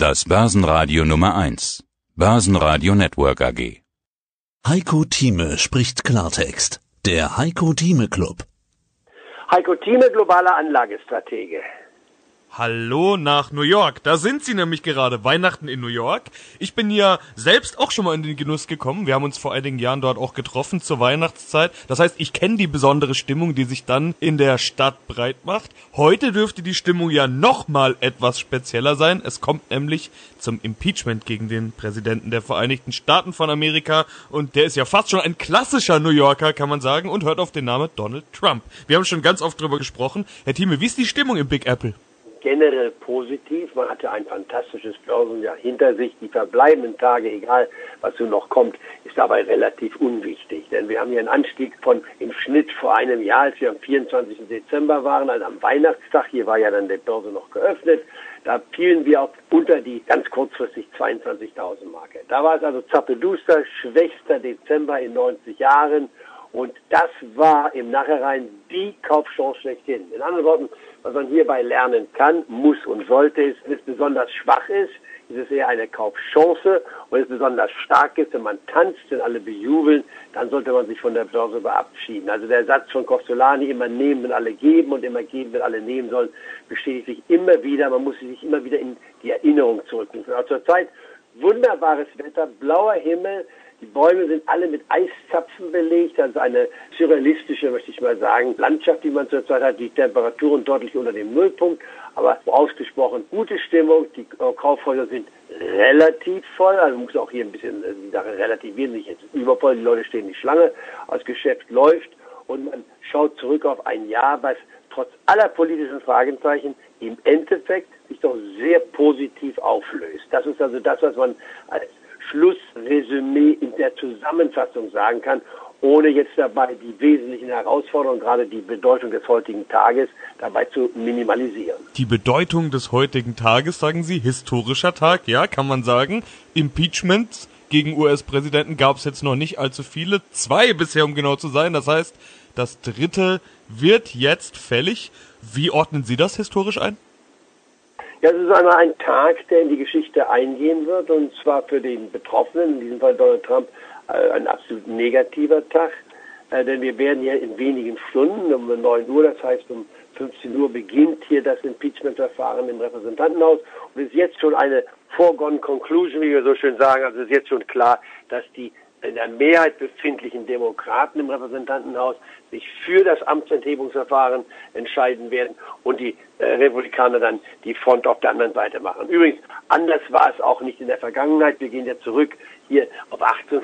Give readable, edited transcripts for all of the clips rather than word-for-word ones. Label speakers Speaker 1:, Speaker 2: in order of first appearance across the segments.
Speaker 1: Das Börsenradio Nummer 1. Börsenradio Network AG.
Speaker 2: Heiko Thieme spricht Klartext. Der Heiko Thieme Club.
Speaker 3: Heiko Thieme, globaler Anlagestratege.
Speaker 4: Hallo nach New York. Da sind Sie nämlich gerade. Weihnachten in New York. Ich bin ja selbst auch schon mal in den Genuss gekommen. Wir haben uns vor einigen Jahren dort auch getroffen zur Weihnachtszeit. Das heißt, ich kenne die besondere Stimmung, die sich dann in der Stadt breit macht. Heute dürfte die Stimmung ja nochmal etwas spezieller sein. Es kommt nämlich zum Impeachment gegen den Präsidenten der Vereinigten Staaten von Amerika. Und der ist ja fast schon ein klassischer New Yorker, kann man sagen, und hört auf den Namen Donald Trump. Wir haben schon ganz oft drüber gesprochen. Herr Thieme, wie ist die Stimmung im Big Apple?
Speaker 3: Generell positiv. Man hatte ein fantastisches Börsenjahr hinter sich. Die verbleibenden Tage, egal was so noch kommt, ist dabei relativ unwichtig. Denn wir haben hier einen Anstieg von im Schnitt vor einem Jahr, als wir am 24. Dezember waren, also am Weihnachtstag. Hier war ja dann der Börse noch geöffnet. Da fielen wir auch unter die ganz kurzfristig 22.000 Marke. Da war es also zappeduster, schwächster Dezember in 90 Jahren. Und das war im Nachhinein die Kaufchance schlechthin. In anderen Worten, was man hierbei lernen kann, muss und sollte, ist, wenn es besonders schwach ist es eher eine Kaufchance. Und wenn es besonders stark ist, wenn man tanzt, wenn alle bejubeln, dann sollte man sich von der Börse verabschieden. Also der Satz von Kostolany, immer nehmen, wenn alle geben und immer geben, wenn alle nehmen sollen, bestätigt sich immer wieder. Man muss sich immer wieder in die Erinnerung zurückrufen. Also zurzeit wunderbares Wetter, blauer Himmel. Die Bäume sind alle mit Eiszapfen belegt, also eine surrealistische, möchte ich mal sagen, Landschaft, die man zurzeit hat. Die Temperaturen deutlich unter dem Nullpunkt, aber ausgesprochen gute Stimmung. Die Kaufhäuser sind relativ voll, also muss auch hier ein bisschen die Sache relativieren, nicht jetzt übervoll, die Leute stehen in die Schlange, das Geschäft läuft und man schaut zurück auf ein Jahr, was trotz aller politischen Fragezeichen im Endeffekt sich doch sehr positiv auflöst. Das ist also das, was man als Schlussresümee in der Zusammenfassung sagen kann, ohne jetzt dabei die wesentlichen Herausforderungen, gerade die Bedeutung des heutigen Tages, dabei zu minimalisieren.
Speaker 4: Die Bedeutung des heutigen Tages, sagen Sie, historischer Tag, ja, kann man sagen. Impeachments gegen US-Präsidenten gab es jetzt noch nicht allzu viele, 2 bisher, um genau zu sein. Das heißt, das 3. wird jetzt fällig. Wie ordnen Sie das historisch ein?
Speaker 3: Ja, es ist einmal ein Tag, der in die Geschichte eingehen wird, und zwar für den Betroffenen, in diesem Fall Donald Trump, ein absolut negativer Tag, denn wir werden hier in wenigen Stunden, um 9 Uhr, das heißt um 15 Uhr beginnt hier das Impeachment-Verfahren im Repräsentantenhaus, und es ist jetzt schon eine foregone conclusion, wie wir so schön sagen, also es ist jetzt schon klar, dass die in der Mehrheit befindlichen Demokraten im Repräsentantenhaus sich für das Amtsenthebungsverfahren entscheiden werden und die Republikaner dann die Front auf der anderen Seite machen. Übrigens, anders war es auch nicht in der Vergangenheit. Wir gehen ja zurück hier auf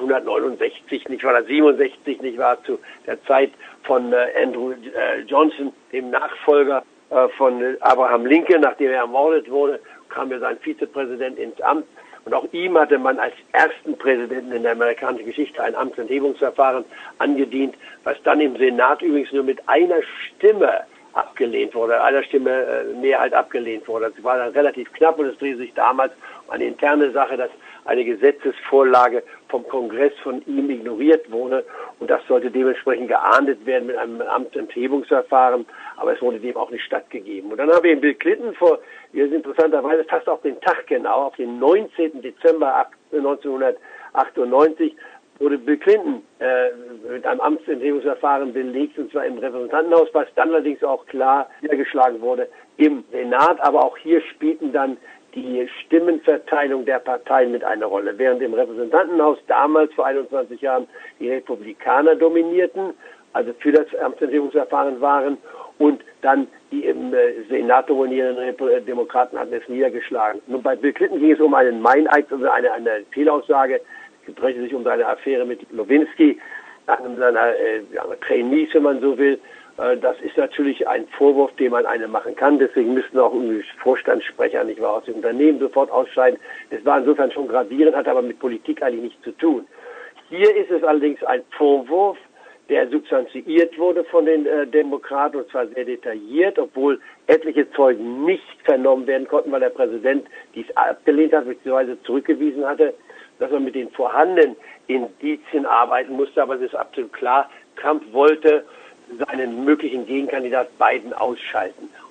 Speaker 3: 1869, nicht wahr, oder 67, nicht wahr, zu der Zeit von Andrew Johnson, dem Nachfolger von Abraham Lincoln. Nachdem er ermordet wurde, kam ja sein Vizepräsident ins Amt. Und auch ihm hatte man als ersten Präsidenten in der amerikanischen Geschichte ein Amtsenthebungsverfahren angedient, was dann im Senat übrigens nur mit einer Stimme abgelehnt wurde, einer Stimme Mehrheit abgelehnt wurde. Das war dann relativ knapp, und es drehte sich damals um eine interne Sache, dass eine Gesetzesvorlage vom Kongress von ihm ignoriert wurde, und das sollte dementsprechend geahndet werden mit einem Amtsenthebungsverfahren, aber es wurde dem auch nicht stattgegeben. Und dann haben wir Bill Clinton interessanterweise fast auf den Tag genau, auf den 19. Dezember 1998, wurde Bill Clinton mit einem Amtsenthebungsverfahren belegt, und zwar im Repräsentantenhaus, was dann allerdings auch klar niedergeschlagen wurde im Senat. Aber auch hier spielten dann die Stimmenverteilung der Parteien mit eine Rolle. Während im Repräsentantenhaus damals vor 21 Jahren die Republikaner dominierten, also für das Amtsenthebungsverfahren waren, und dann die im Senat dominierenden Demokraten hatten es niedergeschlagen. Nun, bei Bill Clinton ging es um einen Meineid, also eine Fehlaussage. Es drehte sich um seine Affäre mit Lewinsky, einem seiner Trainees, wenn man so will. Das ist natürlich ein Vorwurf, den man einem machen kann. Deswegen müssten auch Vorstandssprecher, nicht wahr, aus dem Unternehmen sofort ausscheiden. Es war insofern schon gravierend, hat aber mit Politik eigentlich nichts zu tun. Hier ist es allerdings ein Vorwurf, der substanziiert wurde von den Demokraten, und zwar sehr detailliert, obwohl etliche Zeugen nicht vernommen werden konnten, weil der Präsident dies abgelehnt hat bzw. zurückgewiesen hatte, dass man mit den vorhandenen Indizien arbeiten musste. Aber es ist absolut klar, Trump wollte seinen möglichen Gegenkandidat Biden ausschalten.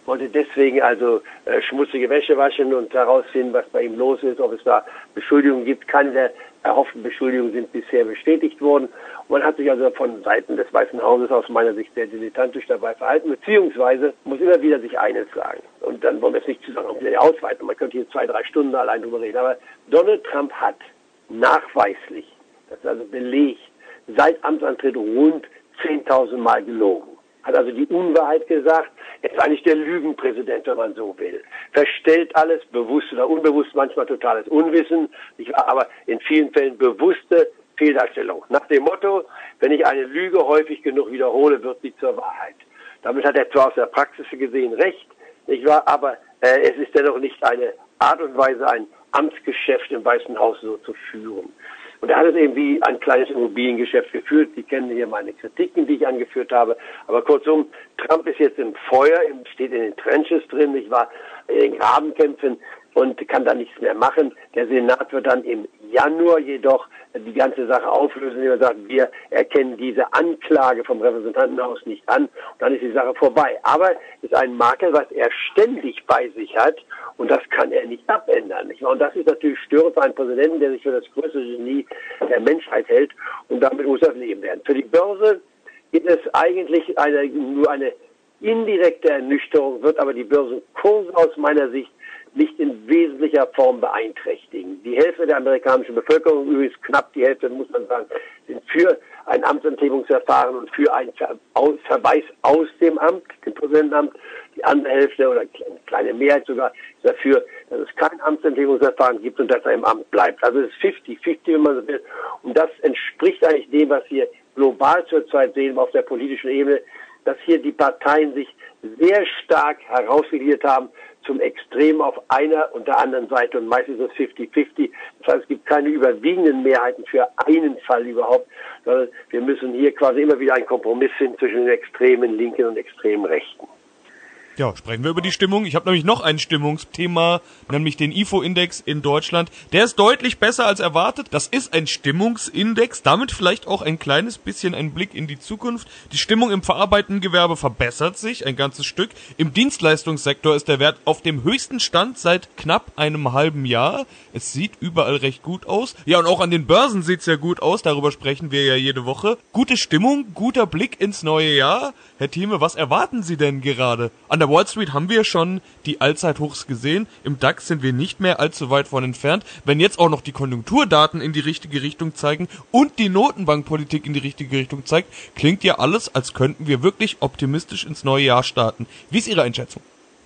Speaker 3: wollte deswegen also schmutzige Wäsche waschen und herausfinden, was bei ihm los ist, ob es da Beschuldigungen gibt. Keine der erhofften Beschuldigungen sind bisher bestätigt worden. Und man hat sich also von Seiten des Weißen Hauses aus meiner Sicht sehr dilettantisch dabei verhalten, beziehungsweise muss immer wieder sich eines sagen. Und dann wollen wir es nicht zu lange wieder ausweiten. Man könnte hier 2-3 Stunden allein drüber reden. Aber Donald Trump hat nachweislich, das ist also belegt, seit Amtsantritt rund 10.000 Mal gelogen. Hat also die Unwahrheit gesagt. Er ist eigentlich der Lügenpräsident, wenn man so will. Verstellt alles, bewusst oder unbewusst, manchmal totales Unwissen, aber in vielen Fällen bewusste Fehldarstellung. Nach dem Motto, wenn ich eine Lüge häufig genug wiederhole, wird sie zur Wahrheit. Damit hat er zwar aus der Praxis gesehen recht, nicht wahr? Aber es ist dennoch nicht eine Art und Weise, ein Amtsgeschäft im Weißen Haus so zu führen. Und er hat es eben wie ein kleines Immobiliengeschäft geführt. Sie kennen hier meine Kritiken, die ich angeführt habe. Aber kurzum, Trump ist jetzt im Feuer, steht in den Trenches drin, nicht wahr, in den Grabenkämpfen und kann da nichts mehr machen. Der Senat wird dann im Januar jedoch die ganze Sache auflösen, indem er sagt, wir erkennen diese Anklage vom Repräsentantenhaus nicht an. Und dann ist die Sache vorbei. Aber es ist ein Makel, was er ständig bei sich hat. Und das kann er nicht abändern. Nicht wahr? Und das ist natürlich störend für einen Präsidenten, der sich für das größte Genie der Menschheit hält. Und damit muss das Leben werden. Für die Börse gibt es eigentlich nur eine indirekte Ernüchterung, wird aber die Börsenkurse aus meiner Sicht nicht in wesentlicher Form beeinträchtigen. Die Hälfte der amerikanischen Bevölkerung, übrigens knapp die Hälfte, muss man sagen, sind für ein Amtsenthebungsverfahren und für einen Verweis aus dem Amt, dem Präsidentenamt. Die andere Hälfte oder eine kleine Mehrheit sogar ist dafür, dass es kein Amtsenthebungsverfahren gibt und dass er im Amt bleibt. Also es ist 50-50, wenn man so will. Und das entspricht eigentlich dem, was wir global zurzeit sehen auf der politischen Ebene, dass hier die Parteien sich sehr stark herausfiliert haben zum Extrem auf einer und der anderen Seite und meistens ist es 50-50. Das heißt, es gibt keine überwiegenden Mehrheiten für einen Fall überhaupt, sondern wir müssen hier quasi immer wieder einen Kompromiss finden zwischen den extremen Linken und extremen Rechten.
Speaker 4: Ja, sprechen wir über die Stimmung. Ich habe nämlich noch ein Stimmungsthema, nämlich den IFO-Index in Deutschland. Der ist deutlich besser als erwartet. Das ist ein Stimmungsindex, damit vielleicht auch ein kleines bisschen ein Blick in die Zukunft. Die Stimmung im verarbeitenden Gewerbe verbessert sich ein ganzes Stück. Im Dienstleistungssektor ist der Wert auf dem höchsten Stand seit knapp einem halben Jahr. Es sieht überall recht gut aus. Ja, und auch an den Börsen sieht's ja gut aus. Darüber sprechen wir ja jede Woche. Gute Stimmung, guter Blick ins neue Jahr. Herr Thieme, was erwarten Sie denn gerade? An der Wall Street haben wir schon die Allzeithochs gesehen. Im DAX sind wir nicht mehr allzu weit von entfernt. Wenn jetzt auch noch die Konjunkturdaten in die richtige Richtung zeigen und die Notenbankpolitik in die richtige Richtung zeigt, klingt ja alles, als könnten wir wirklich optimistisch ins neue Jahr starten. Wie ist Ihre Einschätzung?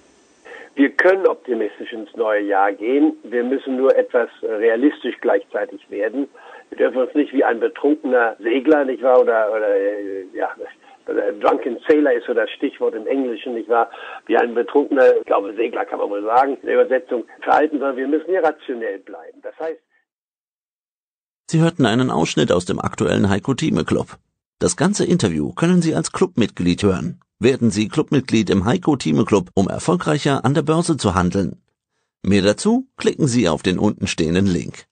Speaker 3: Wir können optimistisch ins neue Jahr gehen. Wir müssen nur etwas realistisch gleichzeitig werden. Wir dürfen uns nicht wie ein betrunkener Segler, nicht wahr, oder Drunken Sailor ist so das Stichwort im Englischen, nicht wahr? Wie ein betrunkener, ich glaube Segler kann man wohl sagen, in der Übersetzung verhalten, sondern wir müssen hier rationell bleiben. Das heißt...
Speaker 2: Sie hörten einen Ausschnitt aus dem aktuellen Heiko Thieme Club. Das ganze Interview können Sie als Clubmitglied hören. Werden Sie Clubmitglied im Heiko Thieme Club, um erfolgreicher an der Börse zu handeln. Mehr dazu klicken Sie auf den untenstehenden Link.